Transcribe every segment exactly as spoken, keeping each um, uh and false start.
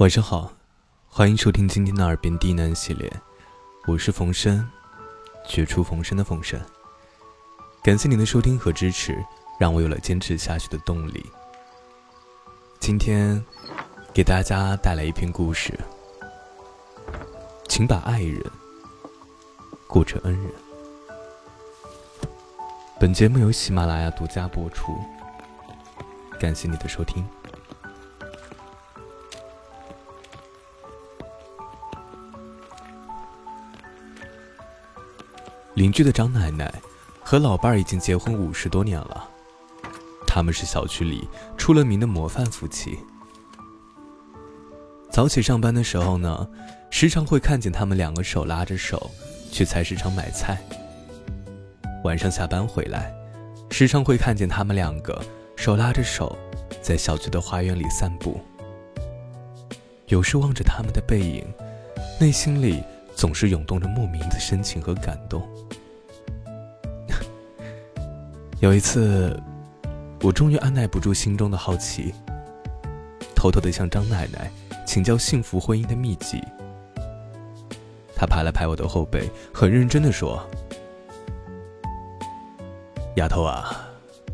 晚上好，欢迎收听今天的耳边低喃系列，我是冯生，绝处逢生的冯生。感谢您的收听和支持，让我有了坚持下去的动力。今天给大家带来一篇故事，请把爱人过成恩人。本节目由喜马拉雅独家播出，感谢你的收听。邻居的张奶奶和老伴儿已经结婚五十多年了，他们是小区里出了名的模范夫妻。早起上班的时候呢，时常会看见他们两个手拉着手去菜市场买菜。晚上下班回来，时常会看见他们两个手拉着手在小区的花园里散步。有时望着他们的背影，内心里总是涌动着莫名的深情和感动。有一次，我终于按耐不住心中的好奇，偷偷地向张奶奶请教幸福婚姻的秘籍。她拍了拍我的后背，很认真地说：“丫头啊，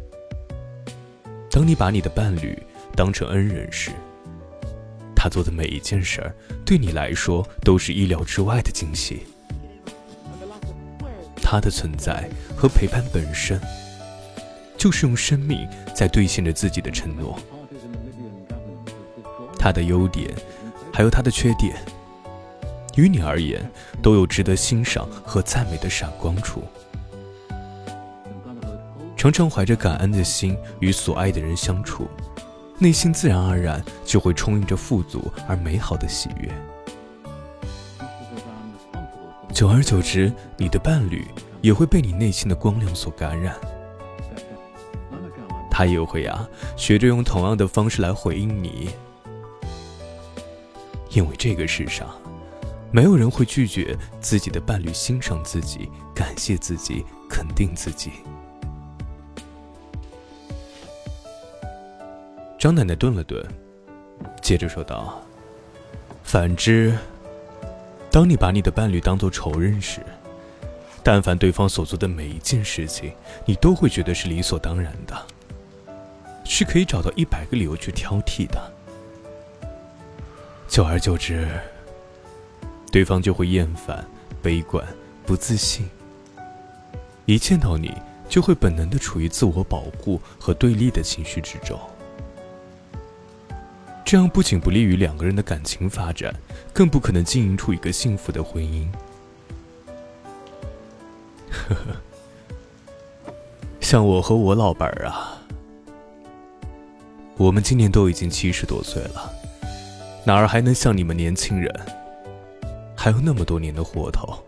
当你把你的伴侣当成恩人时，他做的每一件事儿对你来说都是意料之外的惊喜。他的存在和陪伴本身，就是用生命在兑现着自己的承诺。他的优点还有他的缺点，于你而言都有值得欣赏和赞美的闪光处。常常怀着感恩的心与所爱的人相处，内心自然而然就会充盈着富足而美好的喜悦。久而久之，你的伴侣也会被你内心的光亮所感染，他也会啊，学着用同样的方式来回应你。因为这个世上，没有人会拒绝自己的伴侣欣赏自己、感谢自己、肯定自己。张奶奶顿了顿，接着说道：“反之，当你把你的伴侣当作仇人时，但凡对方所做的每一件事情，你都会觉得是理所当然的，是可以找到一百个理由去挑剔的。久而久之，对方就会厌烦、悲观、不自信，一见到你就会本能地处于自我保护和对立的情绪之中。这样不仅不利于两个人的感情发展，更不可能经营出一个幸福的婚姻。呵呵，像我和我老伴儿啊，我们今年都已经七十多岁了，哪儿还能像你们年轻人，还有那么多年的活头。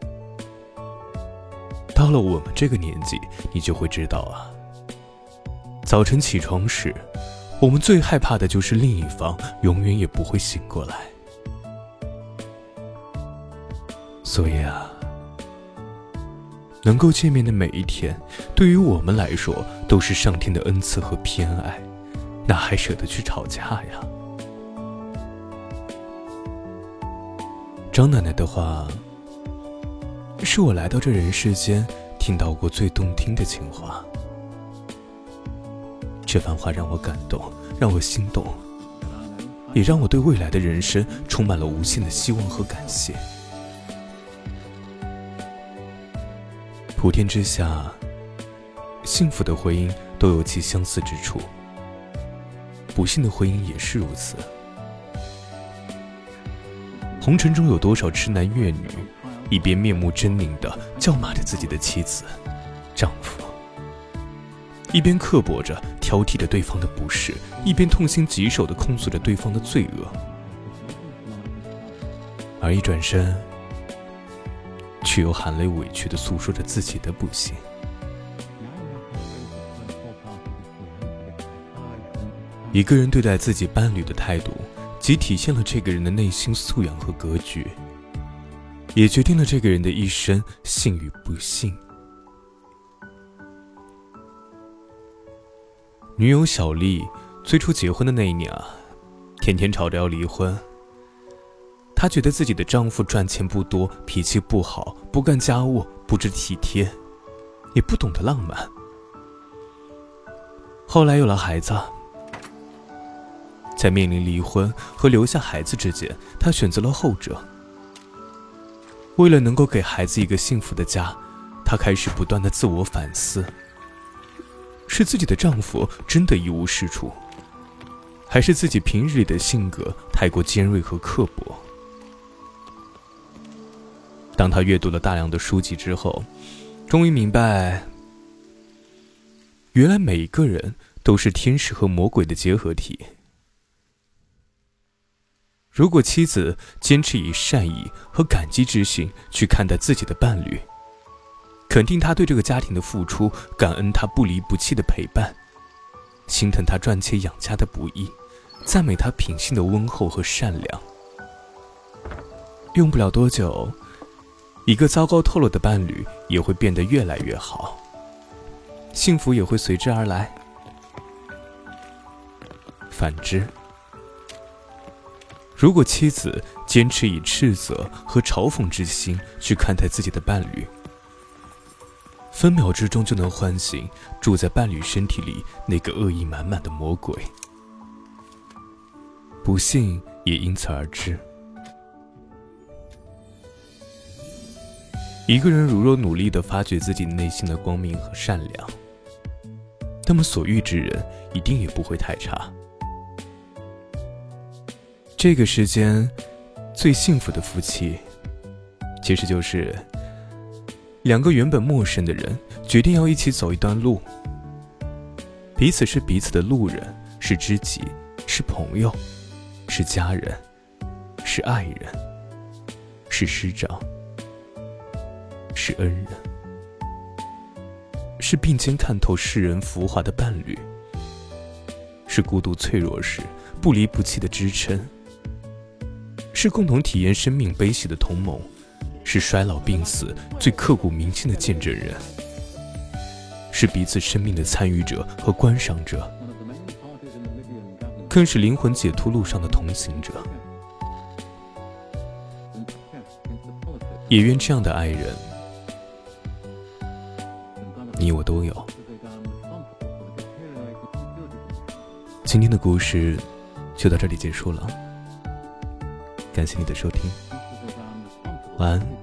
到了我们这个年纪，你就会知道啊，早晨起床时，我们最害怕的就是另一方永远也不会醒过来。所以啊，能够见面的每一天，对于我们来说都是上天的恩赐和偏爱，哪还舍得去吵架呀？张奶奶的话，是我来到这人世间听到过最动听的情话。这番话让我感动，让我心动，也让我对未来的人生充满了无限的希望和感谢。普天之下，幸福的婚姻都有其相似之处，不幸的婚姻也是如此。红尘中有多少痴男怨女，一边面目狰狞地叫骂着自己的妻子、丈夫，一边刻薄着挑剔着对方的不是，一边痛心疾首地控诉着对方的罪恶，而一转身却又含泪委屈地诉说着自己的不幸。一个人对待自己伴侣的态度，既体现了这个人的内心素养和格局，也决定了这个人的一生幸与不幸。女友小丽最初结婚的那一年啊，天天吵着要离婚， 她觉得自己的丈夫赚钱不多，脾气不好，不干家务，不知体贴，也不懂得浪漫。后来有了孩子，在面临离婚和留下孩子之间，她选择了后者。为了能够给孩子一个幸福的家，她开始不断的自我反思，是自己的丈夫真的一无是处，还是自己平日里的性格太过尖锐和刻薄？当她阅读了大量的书籍之后，终于明白，原来每一个人都是天使和魔鬼的结合体。如果妻子坚持以善意和感激之心去看待自己的伴侣，肯定他对这个家庭的付出，感恩他不离不弃的陪伴，心疼他赚钱养家的不易，赞美他品性的温厚和善良，用不了多久，一个糟糕透了的伴侣也会变得越来越好，幸福也会随之而来。反之，如果妻子坚持以斥责和嘲讽之心去看待自己的伴侣，分秒之中就能唤醒住在伴侣身体里那个恶意满满的魔鬼，不幸也因此而至。一个人如若努力地发掘自己内心的光明和善良，那么所遇之人一定也不会太差。这个世间最幸福的夫妻，其实就是两个原本陌生的人决定要一起走一段路，彼此是彼此的路人，是知己，是朋友，是家人，是爱人，是师长，是恩人，是并肩看透世人浮华的伴侣，是孤独脆弱时不离不弃的支撑，是共同体验生命悲喜的同盟，是衰老病死最刻骨铭心的见证人，是彼此生命的参与者和观赏者，更是灵魂解脱路上的同行者。也愿这样的爱人，你我都有。今天的故事就到这里结束了，感谢你的收听，晚安。